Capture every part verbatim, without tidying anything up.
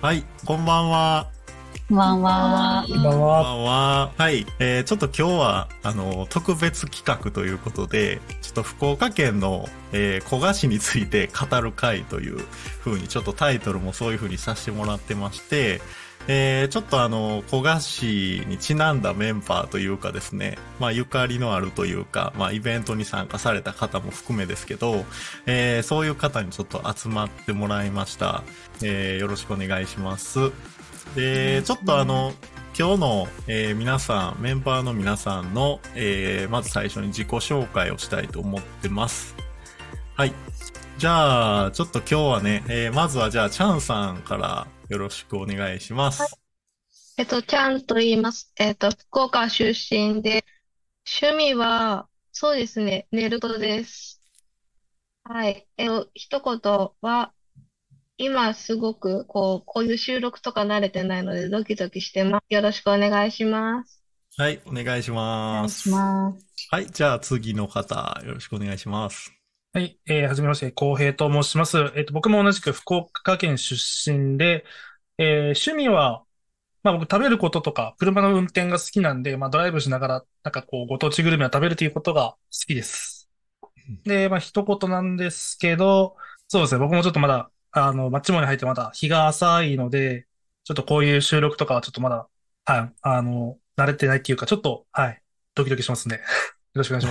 はい、こんばんは。 こんばんは。 こんばんこんばは。 んは。はい、えー、ちょっと今日は、あの、特別企画ということで、ちょっと福岡県の、えー、古賀市について語る会という風に、ちょっとタイトルもそういう風にさせてもらってまして、えー、ちょっとあの、古賀市にちなんだメンバーというかですね、まあ、ゆかりのあるというか、まあ、イベントに参加された方も含めですけど、えー、そういう方にちょっと集まってもらいました。えー、よろしくお願いします。で、ちょっとあの、今日の、えー、皆さん、メンバーの皆さんの、えー、まず最初に自己紹介をしたいと思ってます。はい。じゃあ、ちょっと今日はね、えー、まずはじゃあ、チャンさんからよろしくお願いします。 えっと、ちゃんと言います。えっと、福岡出身で、趣味は、そうですね、ネルトです。はい。えっと、一言は、今すごく、こう、こういう収録とか慣れてないので、ドキドキしてます。よろしくお願いします。 はい、お願いしお願いします。 ます。 はい、じゃあ次の方、よろしくお願いします。 はい、えー、はじめまして、浩平と申します。えっと、僕も同じく福岡県出身で、えー、趣味は、まあ僕食べることとか、車の運転が好きなんで、まあドライブしながら、なんかこう、ご当地グルメを食べるということが好きです。で、まあ一言なんですけど、そうですね、僕もちょっとまだ、あの、マッチモに入ってまだ日が浅いので、ちょっとこういう収録とかはちょっとまだ、はい、あの、慣れてないっていうか、ちょっと、はい、ドキドキしますね。よろしくお願いします。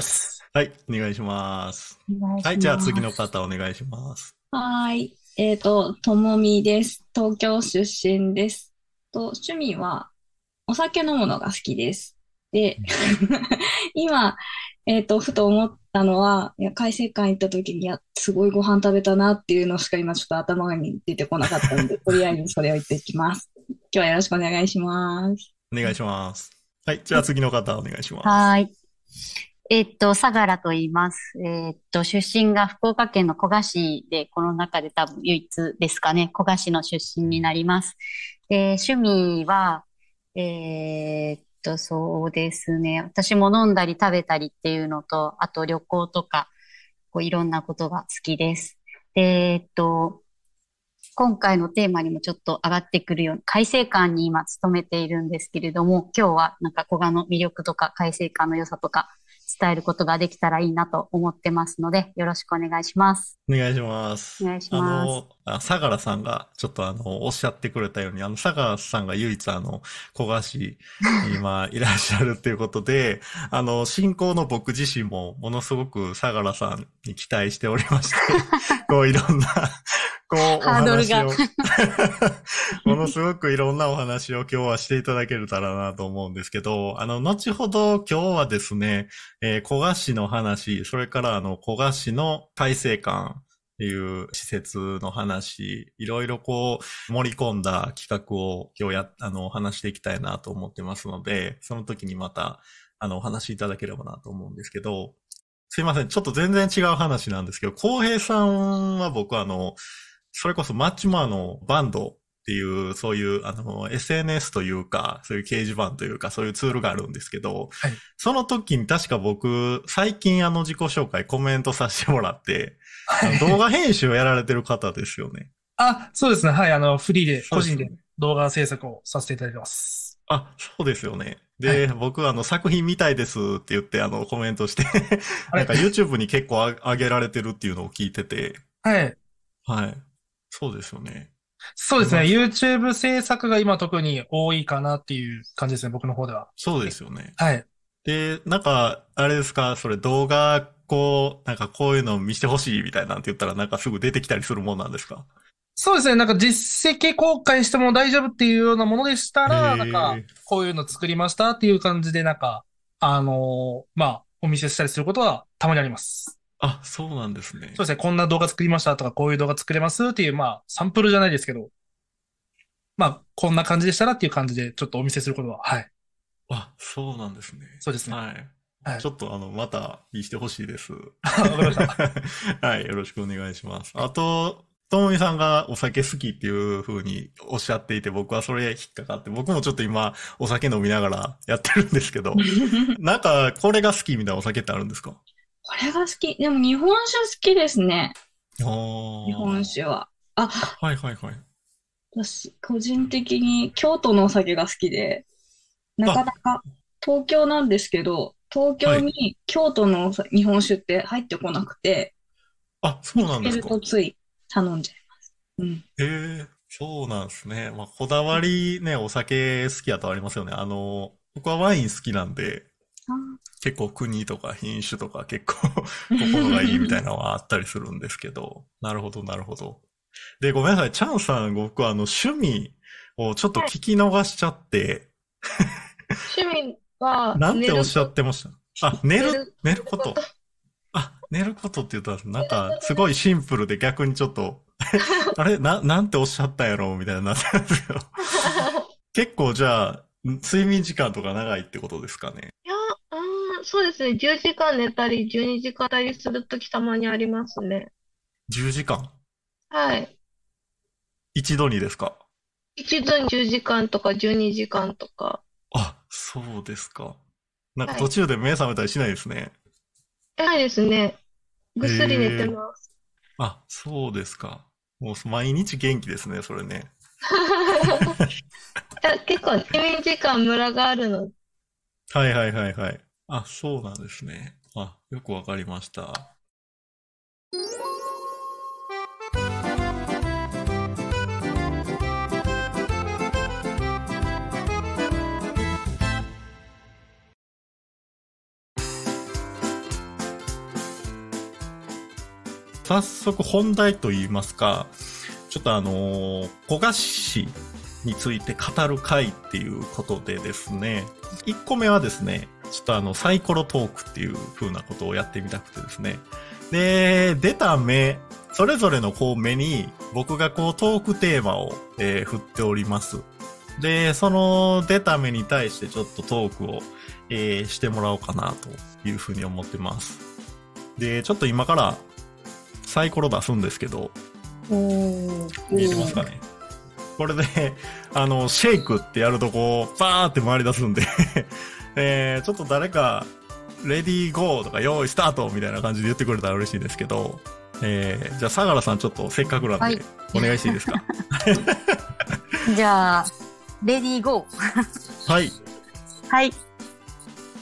はい、お願いします。 お願いします。 はい、じゃあ次の方お願いします。 はーい。えっと、ともみです。東京出身です。と、趣味はお酒飲むのが好きです。で、今、えっと、ふと思ったのは、いや、海鮮館行った時に、いや、すごいご飯食べたなっていうのしか今ちょっと頭に出てこなかったので、とりあえずそれを言っていきます。今日はよろしくお願いします。 お願いします。はい、じゃあ次の方お願いします。 はい。えっと、相良と言います。えっと、出身が福岡県の古賀市で、この中で多分唯一ですかね、古賀市の出身になります。で、趣味は、えーっと、そうですね。私も飲んだり食べたりっていうのと、あと旅行とか、こういろんなことが好きです。で、えっと、今回のテーマにもちょっと上がってくるように、海生館に今勤めているんですけれども、今日はなんか古賀の魅力とか海生館の良さとか伝えることができたらいいなと思ってますので、よろしくお願いします。 お願いします。 お願いしあます。 の、あ相良さんがちょっとあの、おっしゃってくれたように、あの、相良さんが唯一あの、古賀市に今いらっしゃるっていうことで、あの、進行の僕自身もものすごく相良さんに期待しておりまして、こういろんな、こう、おハードルが話を、ものすごくいろんなお話を今日はしていただけたらなと思うんですけど、あの、後ほど今日はですね、えー、古賀市の話、それからあの、古賀市の海生館っていう施設の話、いろいろこう、盛り込んだ企画を今日や、あの、話していきたいなと思ってますので、その時にまた、あの、お話しいただければなと思うんですけど、すいません。ちょっと全然違う話なんですけど、浩平さんは僕あの、それこそマッチモアのバンドっていう、そういう、あの、エスエヌエス というか、そういう掲示板というか、そういうツールがあるんですけど、 はい。 その時に確か僕、最近あの自己紹介コメントさせてもらって、あの動画編集をやられてる方ですよね。 あ、そうですね。はい。あの、フリーで、個人そうですよね。 で動画制作をさせていただいてます。 あ、そうですよね。 はい。 で、僕あの作品見たいですって言ってあのコメントしてあれなんか YouTube に結構あ上げられてるっていうのを聞いてて、 はい。 はい。そうですよね。 そうですね。 今、 YouTube 制作が今特に多いかなっていう感じですね。僕の方では。 そうですよね。 はい。 で、なんか、あれですか、それ動画、こう、なんかこういうの見せてほしいみたいなんて言ったらなんかすぐ出てきたりするもんなんですか？ そうですね。なんか実績公開しても大丈夫っていうようなものでしたら、なんか、 へえ。 こういうの作りましたっていう感じで、なんか、あのーまあ、お見せしたりすることはたまにあります。 あ、そうなんですね。 そうですね。こんな動画作りましたとか、こういう動画作れますっていう、まあ、サンプルじゃないですけど、まあ、こんな感じでしたらっていう感じで、ちょっとお見せすることは、はい。 あ、そうなんですね。 そうですね。 はい。 はい。 ちょっとあの、また見してほしいです。 わかりました。 はい、よろしくお願いします。あと、ともみさんがお酒好きっていう風におっしゃっていて、僕はそれ引っかかって、僕もちょっと今、お酒飲みながらやってるんですけど、なんか、これが好きみたいなお酒ってあるんですか？ これが好き。でも日本酒好きですね。 あ日本あ、 酒は。あ、 はいはいはい。 私、個人的に京都のお酒が好きで、なかあ、 なか東京なんですけど、東京はい。 に京都のお酒日本酒って入ってこなくて、 あ、そう見つけるなんですか。 とつい頼んじゃいます。うん。 へえ、そうなんですね。まあ、こだわりね、お酒好きやとありますよね。あの、僕はワイン好きなんで、 あ結構国とか品種とか結構ここのがいいみたいーなのはあったりするんですけど。なるほど、なるほど。で、ごめんなさい。チャンさん、僕はあの、趣味をちょっとはい。 聞き逃しちゃって、 趣味はなんておっしゃ寝ること、 ってました？あ、寝る、 寝る、 寝寝ること。 ること。あ、寝ることって言ったら、なんか、すごいシンプルで逆にちょっと、あれな、なんておっしゃったんやろみたいになってたんですけど。結構じゃあ、睡眠時間とか長いってことですかね。 いや、うーん、そうですね。じゅうじかん寝たり、じゅうにじかん寝たりするときたまにありますね。 じゅうじかん。 はい。 一度にですか？ 一度にじゅうじかんとかじゅうにじかんとか。 あ、そうですか。なんかはい。 途中で目覚めたりしないですね。 ないですね。ぐっすり寝てへえ。 ます。 あ、そうですか。もう毎日元気ですね、それね。 いや、結構睡眠時間ムラがあるの。 はいはいはいはい。あ、そうなんですね。あ、よくわかりました。早速本題といいますか、ちょっとあのー古賀氏について語る会っていうことでですね、いっこめはですね、ちょっとあのサイコロトークっていう風なことをやってみたくてですね。で、出た目、それぞれのこう目に僕がこうトークテーマを、えー振っております。で、その出た目に対してちょっとトークを、えーしてもらおうかなという風に思ってます。で、ちょっと今からサイコロ出すんですけど、 おー、 見えてますおー。 かね？これで、あの、シェイクってやるとこう、バーって回り出すんでえー、ちょっと誰か、レディーゴーとか用意スタートみたいな感じで言ってくれたら嬉しいんですけど、えー、じゃあ相良さんちょっとせっかくなんはい。 で、お願いしていいですか？ じゃあ、レディーゴー。 はい。 はい。 お !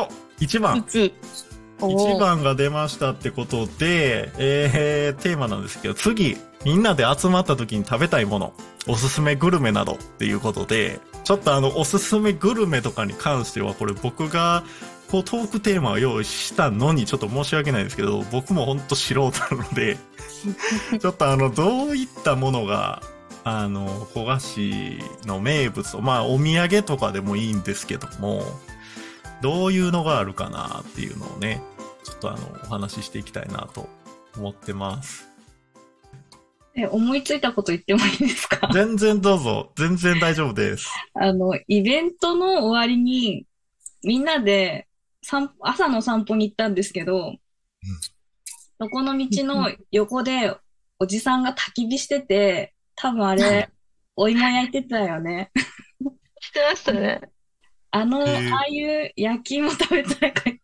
いち 番。 いち。 いちおー。 ばんが出ましたってことで、えー、テーマなんですけど、次、みんなで集まった時に食べたいもの、おすすめグルメなどっていうことで、ちょっとあの、おすすめグルメとかに関しては、これ僕が、こう、トークテーマを用意したのに、ちょっと申し訳ないんですけど、僕もほんと素人なので、ちょっとあの、どういったものが、あの、古賀市の名物、まあ、お土産とかでもいいんですけども、どういうのがあるかなっていうのをね、ちょっとあの、お話ししていきたいなと思ってます。 え、思いついたこと言ってもいいですか？ 全然どうぞ。全然大丈夫です。 あの、イベントの終わりに、みんなで散歩、朝の散歩に行ったんですけど、そこの道の横でおじさんが焚き火してて、多分あれ、お芋焼いてたよね。 してましたね。 あの、あへえ。 あいう焼き芋食べたいか、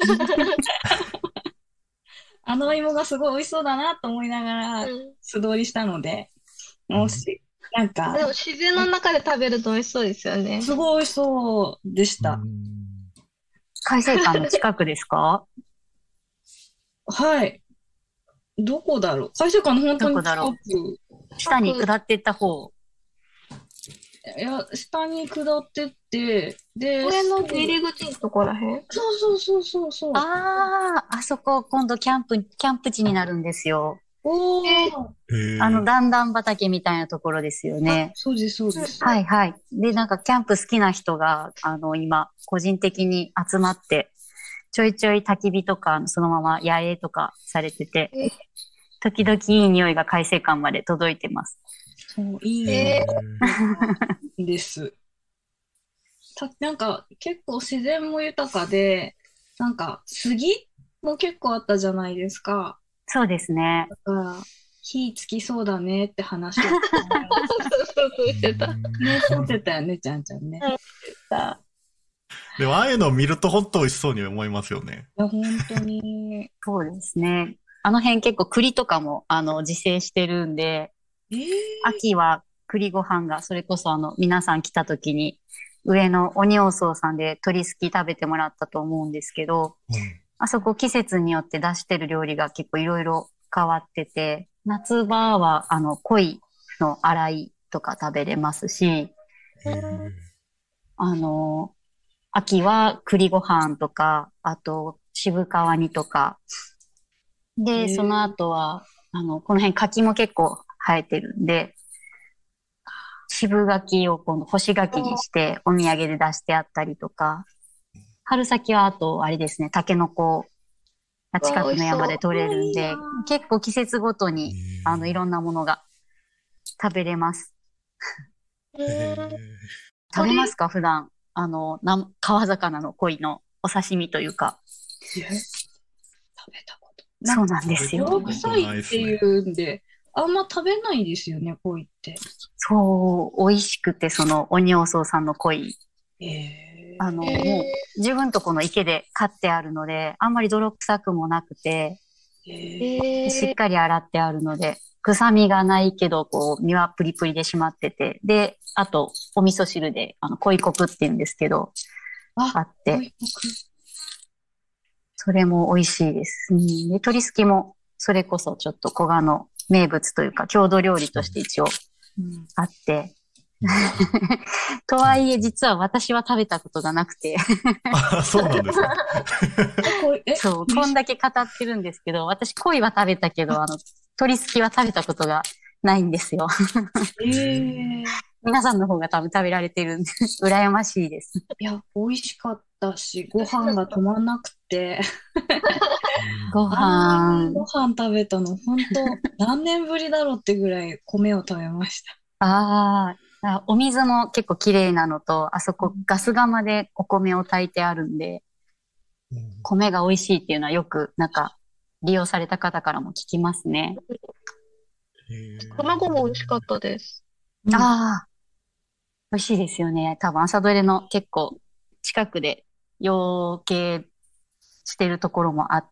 あのお芋がすごい美味しそうだなと思いながらうん。 素通りしたので、 うん。 もし、なんか、 でも自然の中で食べると美味しそうですよね。 すごい美味しそうでしうた。 ん。 海星館の近くですか？ はい。どこだろう。最初から本当に近どこだろう。 く。 下に各、 下ってった方。 いや、下に下ってって、で、 上のすぐ、 入り口のとこらへん。 そうそうそうそうそう。 ああ、あそこ今度キャンプ、キャンプ地になるんですよ。 おえー。 あの、 へえ。 段々畑みたいなところですよあ、 ね。 そうです、そうでー、 す。 はいはい。で、なんかキャンプ好きな人が、あの、今、個人的に集まって、ちょいちょい焚き火とか、そのまま野営とかされてて、 え時々いい匂いが快晴館まで届いてます。 そう、いいへ匂ええ。 いです。た、なんか、結構自然も豊かで、なんか、杉も結構あったじゃないですか。 そうですね。 だから、火つきそうだねって話をしー、 ながら、 そうそうそううしてた。 ん。 ね、撮ってたよね、ちゃんちゃんね。 うん、してた。 でも、ああいうのを見るとほんと美味しそうに思いますよね。 いや、本当に。 そうですね。あの辺結構栗とかも、あの、自生してるんで、 ええ秋は栗ご飯が、それこそあの、皆さん来た時に、上の鬼王荘さんで鶏すき食べてもらったと思うんですけど、 うん。 あそこ季節によって出してる料理が結構いろいろ変わってて、夏場はあの、鯉の洗いとか食べれますし、 へえ。 あの、秋は栗ご飯とか、あと渋皮煮とか、で、そのえ後は、あの、この辺柿も結構生えてるんで、渋柿を今度干し柿にしてお土産で出してあったりとか、春先はあと、あれですね、タケノコがわあ、美味し近くの山でそ採れるんで、 いいな結構季節ごとへに、あの、いろんなものが食べれます。 う。 え。へうん。 え。 食べます鳥、 か普段？あの、な川魚の鯉のお刺身というか。 え、食べたこと。なんそうか、 なんですよ。 泥食べたこと臭いってないっすね。 いうんで、あんま食べないですよね、鯉って。 そう、美味しくて、その、鬼王荘さんの鯉。 えあの、もう、 え自分とこの池で飼ってあるので、あんまり泥臭くもなくて、 ー、 ー、 えしっえかり洗ってあるので、臭みがないけど、こう、身はプリプリで締まってて、で、あと、お味噌汁で、あの、鯉コプって言うんですけど、 ー、 ああ、 って、 鯉こく。 それも美味しいです。うん、で、鶏すきも、それこそちょっと古賀の名物というか、郷土料理として一応うん。 あって、 うん。 とうん。 はいえ、実は私は食べたことがなくて、 あ、そうなんですか。 え、これ、え、 そう、こ鳥すんだけ語ってるんですけど、私、鯉は食べたけど、あの、鶏すきは食べたことがないんですよ。 き、えー、 皆さんの方が多分食べられてるんで、羨ましいです。 いや、美味しかったし、ご飯が止まんなくて、 ごあんなご飯、 飯食べたの、本当何年ぶりだろうってぐらい米を食べました。 あーあ、お水も結構綺麗なのと、あそこうんガス釜でお米を炊いてあるんで、 うん。 米が美味しいっていうのはよく、なんか、利用された方からも聞きますね。 へえ。 卵も美味しかったです。 うん。 ああ、美味しいですよね。多分朝どれの結構近くで養鶏してるところもあって、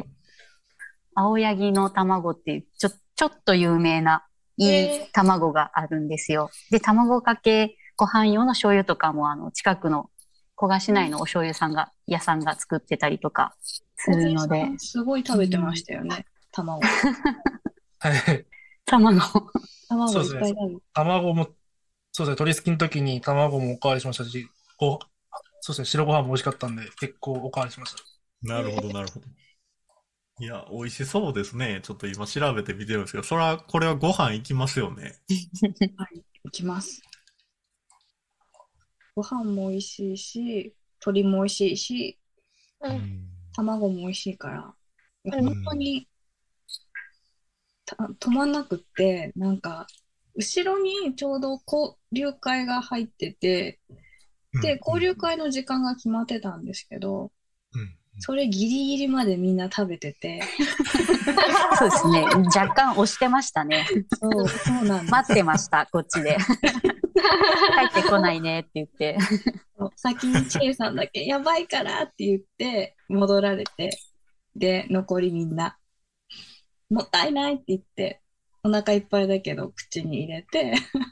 青柳の卵っていうちょ、ちょっと有名ないいえ卵があるんですよ。で、卵かけご飯用の醤油とかもあの近くの古賀市内のお醤油さんが、屋さんが作ってたりとかすおじさるので、 ん、すごい食べてましたよね、卵。 はい。 卵。 卵いそうですね。 っぱい食べて。 卵も、そうですね。鶏すきの時に卵もおかわりしましたし、ご、そうですね。白ご飯も美味しかったんで、結構おかわりしました。 なるほど、なるほど。いや、美味しそうですね。ちょっと今調べてみてるんですけど、そら、これはご飯いきますよね。 はい、いきます。ご飯も美味しいし、鶏も美味しいし、 ー、うん。 うん。 卵も美味しいから、いやうん。 本当にた止まんなくって、なんか、後ろにちょうど交流会が入ってて、 うん。 で、交流うん。 会の時間が決まってたんですけど、 うんそれギリギリまでみんな食べてて、 そうですね。若干押してましたね。 そう、そうなんです。 待ってました、こっちで。帰ってこないねって言って。 そう先にチエさんだけ、やばいからって言って、戻られて、で、残りみんな、もったいないって言って、お腹いっぱいだけど口に入れて、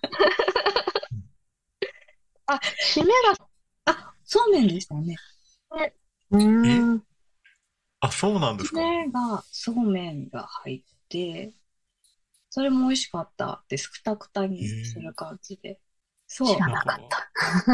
あ、締めが、 あ、そうめんでしたね。 ね、 うえ、 ーん。 あ、そうなんです締か。 めが、そうめんが入って、それも美味しかったです。くたくたへにすえ。 る感じで。 知そう。 らなんか、 なかった。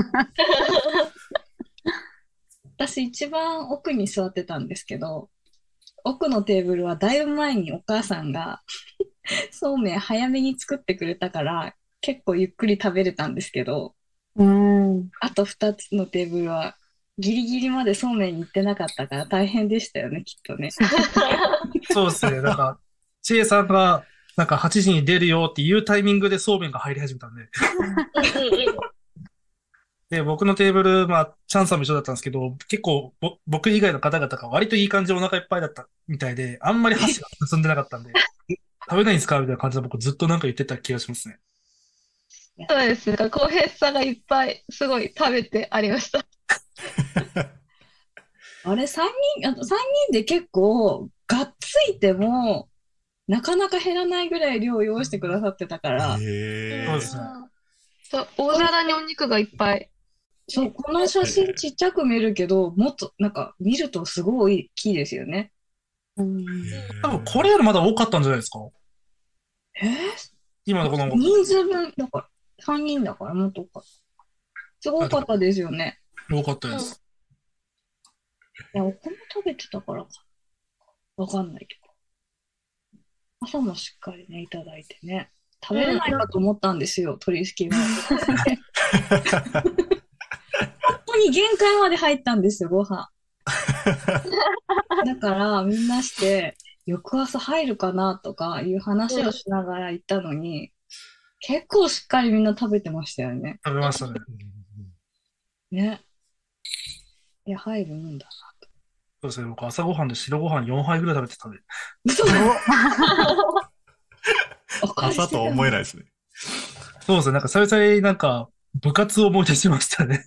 私一番奥に座ってたんですけど、奥のテーブルはだいぶ前にお母さんがそうめん早めに作ってくれたから、結構ゆっくり食べれたんですけど、 うーん。 あとふたつのテーブルはギリギリまでそうめんに行ってなかったから大変でしたよね、きっとね。 そうですね。なんか、ちえさんが、なんかはちじに出るよっていうタイミングでそうめんが入り始めたんで。 うんうんうん。 で、僕のテーブル、まあ、チャンさんも一緒だったんですけど、結構ぼ、僕以外の方々が割といい感じでお腹いっぱいだったみたいで、あんまり箸が進んでなかったんで、食べないんですかみたいな感じで僕ずっとなんか言ってた気がしますね。 そうですね。浩平さんがいっぱいすごい食べてありました。 あれ、さんにん、あとさんにんで結構がっついても、なかなか減らないぐらい量を用意してくださってたから、 へえ。 そうですね。 そう、大皿にお肉がいっぱい。 そう、この写真ちっちゃく見えるけど、もっと、なんか、見るとすごい大きいですよね。 うん多分これよりまだ多かったんじゃないですか？ えー、 今のこの、 人数分、だから、さんにんだからもっと多かった。すごかったですよね。 多かったです。 いや、お米食べてたからか。わかんないけど。朝もしっかりね、いただいてね。食べれないかと思ったんですよ、鶏すきは。本当に限界まで入ったんですよ、ご飯。だから、みんなして、翌朝入るかなとかいう話をしながら行ったのに、結構しっかりみんな食べてましたよね。 食べましたね。 ね。いや、入るもんだな。 そうですね。僕朝ごはんで白ご飯よんはいぐらい食べてたんで。 嘘朝とは思えないですね。 そうですね。なんか久々になんか部活を思い出しましたね。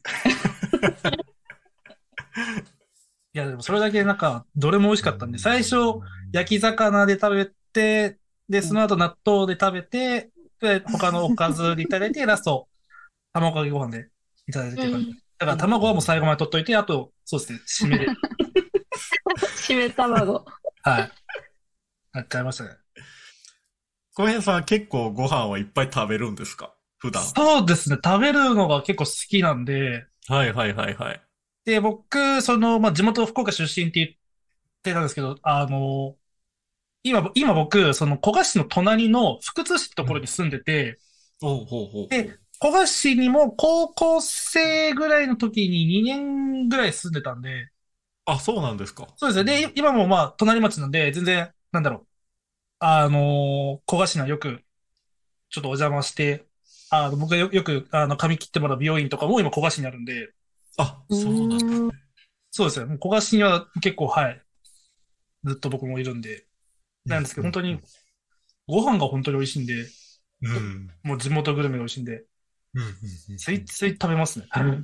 いや、でもそれだけなんかどれも美味しかったんで、最初焼き魚で食べて、で、その後納豆で食べて、で、他のおかずでいただいて、ラスト、卵かけご飯でいただいてって感じ。だから卵はもう最後まで取っといて、あと、そうですね、締めで。 締め卵。 はい。やっちゃいましたね。 小平さん結構ご飯はいっぱい食べるんですか？普段。 そうですね、食べるのが結構好きなんで、 はいはいはいはい。 で、僕、その、まあ、地元福岡出身って言ってたんですけど、あの、今、今僕、その古賀市の隣の福津市ってところに住んでて、 ほうほうほう。 で、古賀市にも高校生ぐらいの時ににねんぐらい住んでたんで、 あ、そうなんですか。 そうですね。で、今もまあ、隣町なんで、全然、なんだろう、あの、古賀市にはよく、ちょっとお邪魔して、あの、僕がよ、よく、あの、髪切ってもらう美容院とかも今古賀市にあるんで、 あ、そうなんですね。 そうですね。もう古賀市には結構、はい、ずっと僕もいるんで、なんですけど、本当に、ご飯が本当に美味しいんで、 うん。 もう地元グルメが美味しいんで、 うんうんうん。 ついつい食べますね。 はいはいはい。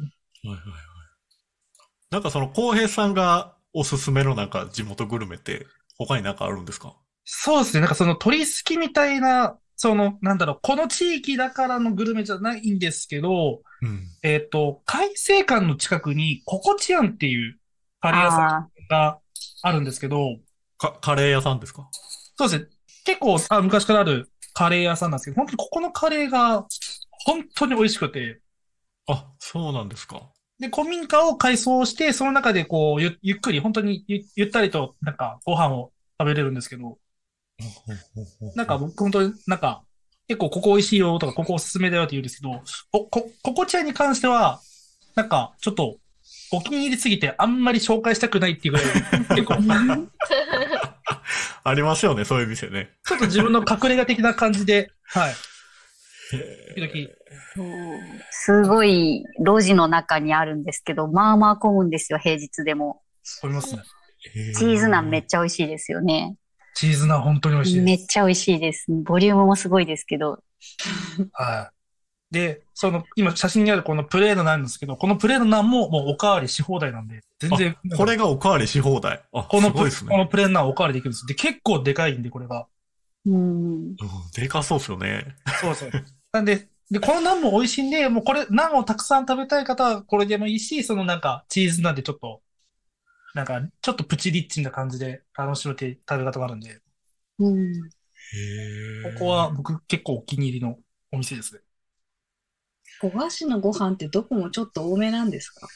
なんかその浩平さんがおすすめのなんか地元グルメって他になんかあるんですか？ そうですね。なんかその鳥すきみたいな、その、なんだろう、この地域だからのグルメじゃないんですけど、 うん。 えっと、海星館の近くにココチアンっていうカレー屋さんがあるんですけど、 か、カレー屋さんですか？ そうですね。結構あ昔からあるカレー屋さんなんですけど、本当にここのカレーが本当に美味しくて、 あ、そうなんですか。 で、古民家を改装して、その中でこう、ゆ、ゆっくり、本当にゆ、ゆったりと、なんか、ご飯を食べれるんですけど、なんか僕本当になんか、結構ここ美味しいよとか、ここおすすめだよって言うんですけど、こ、こ、ここちゃんに関しては、なんか、ちょっと、お気に入りすぎてあんまり紹介したくないっていうぐらい、結構、 ありますよね、そういう店ね。 ちょっと自分の隠れ家的な感じで、はい。時々。 すごい路地の中にあるんですけど、まあまあ混むんですよ、平日でも。 思いますね。 チーズナンめっちゃ美味しいですよね。 チーズナン本当に美味しいです。 めっちゃ美味しいです。ボリュームもすごいですけど。 はい。で、その、今写真にあるこのプレーンなんですけど、このプレーンのナンももうおかわりし放題なんで、全然。 これがおかわりし放題。あ、 このすごいですね。 このプレーンナンおかわりできるんです。で、結構でかいんで、これが。 うん。 うん、でかそうですよね。 そうそう。なんで、で、このナンも美味しいんで、もうこれ、ナンをたくさん食べたい方はこれでもいいし、そのなんか、チーズなんでちょっと、なんか、ちょっとプチリッチな感じで楽しめて食べ方があるんで、 うん。 ここは僕結構お気に入りのお店ですね。 古賀市のご飯ってどこもちょっと多めなんですか？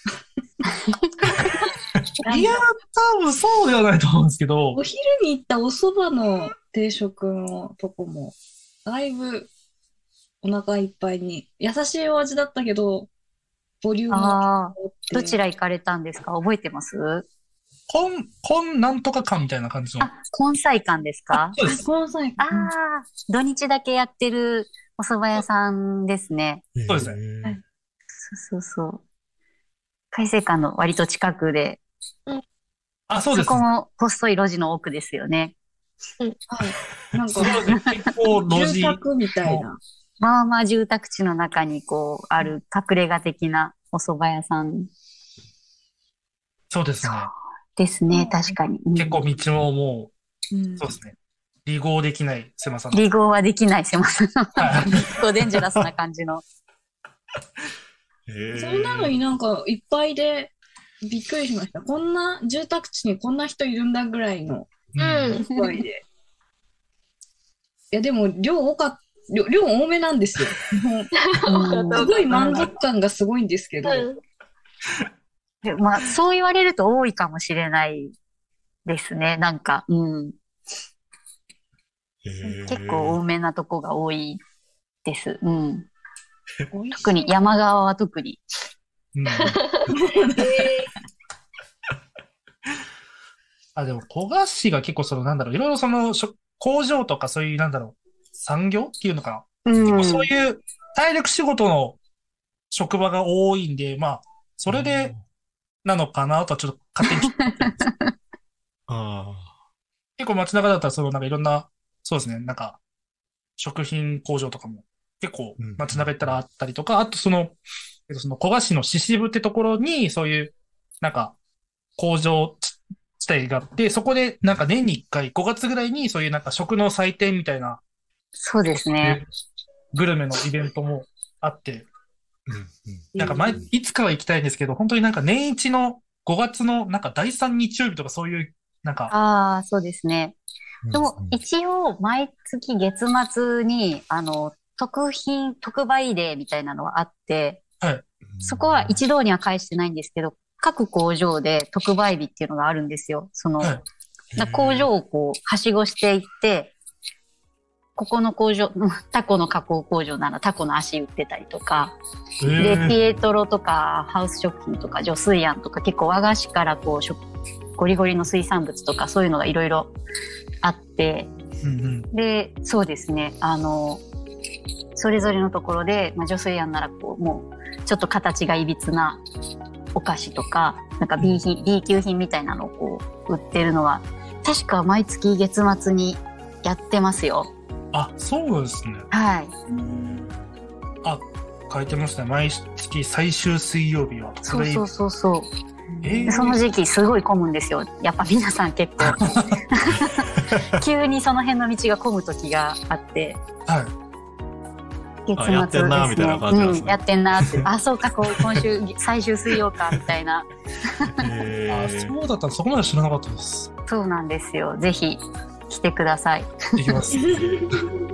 いや、多分そうではないと思うんですけど、 お昼に行ったお蕎麦の定食のとこも、だいぶお腹いっぱいに、優しいお味だったけど、ボリュームがああ、どちら行かれたんですか？覚えてます？ コン、コンなんとか館みたいな感じの。 あ、根菜館ですか？ そうです。 根菜ああ、土日だけやってるお蕎麦屋さんですね。 そうですね。 そうそうそう。海星館の割と近くで、 あ、そうですそこも細い路地の奥ですよね。 はい。なんか、 結構路地。 住宅みたいな。 まあまあ住宅地の中にこう、ある隠れ家的なお蕎麦屋さんそうですね。 ですね、確かに。うん結構道ももう、 うんそうですね。離合できない狭さの。 離合はできない狭さの、 はい結構デンジャラスな感じの。 へそれなのにえ。 なんかいっぱいでびっくりしました。こんな住宅地にこんな人いるんだぐらいのうん。 うん。 いっぱいで。いや、でも量多かっ量、量多めなんですよ。 うんすごい満足感がすごいんですけど、 うん。 でまあ、そう言われると多いかもしれないですね。なんか、うん。 へえ。 結構多めなとこが多いです。うん。 美味しい特に山側は特に。 うん。 えあ、でも、古賀市が結構その、なんだろう、いろいろその、しょ工場とかそういう、なんだろう、産業っていうのかな。 うん。 そういう体力仕事の職場が多いんで、まあ、それでなのかなとはちょっと勝手にあ結構街中だったら、その、なんかいろんな、そうですね、なんか、食品工場とかも結構うん街中行ったらあったりとか、あとその、えっと、その古賀市の獅子部ってところに、そういう、なんか、工場地帯があって、そこでなんか年に一回、ごがつぐらいにそういうなんか食の祭典みたいな、 そうですね。 グルメのイベントもあって、 あ。うんうん。 なんか前、いつかは行きたいんですけど、本当になんか年一のごがつのなんかだいさん日曜日とかそういう、なんか、 ああ、そうですね。でもうん、 一応、毎月月末に、あの、特品、特売デーみたいなのはあって、 はい。 そこは一堂には返してないんですけど、各工場で特売日っていうのがあるんですよ。その、 はい。 な工場をこう、はしごしていって、ここの工場、タコの加工工場ならタコの足売ってたりとか、 えで、 ーピエトロとか、ハウス食品とか、女水庵とか、結構和菓子からこう、食ゴリゴリの水産物とか、そういうのがいろいろあって、 うんうん。 で、そうですね、あの、それぞれのところで、まあ、女水庵ならこう、もう、ちょっと形がいびつなお菓子とか、なんか B 品、B 級品みたいなのをこう、売ってるのは、確か毎月月末にやってますよ。 あ、そうですね。 はい。 あ、書いてますね。毎月最終水曜日は。 そうそうそうそう。 えーでその時期すごい混むんですよ。やっぱ皆さん結構急にその辺の道が混む時があって、 はい。 月末ですね。 あやってんなみたいな感じなんですねうん、やってんなって。あ、そうか、こう今週最終水曜かみたいな。 あ、 へえ。 そうだったらそこまで知らなかったです。 そうなんですよ。ぜひ来てください。 いきます。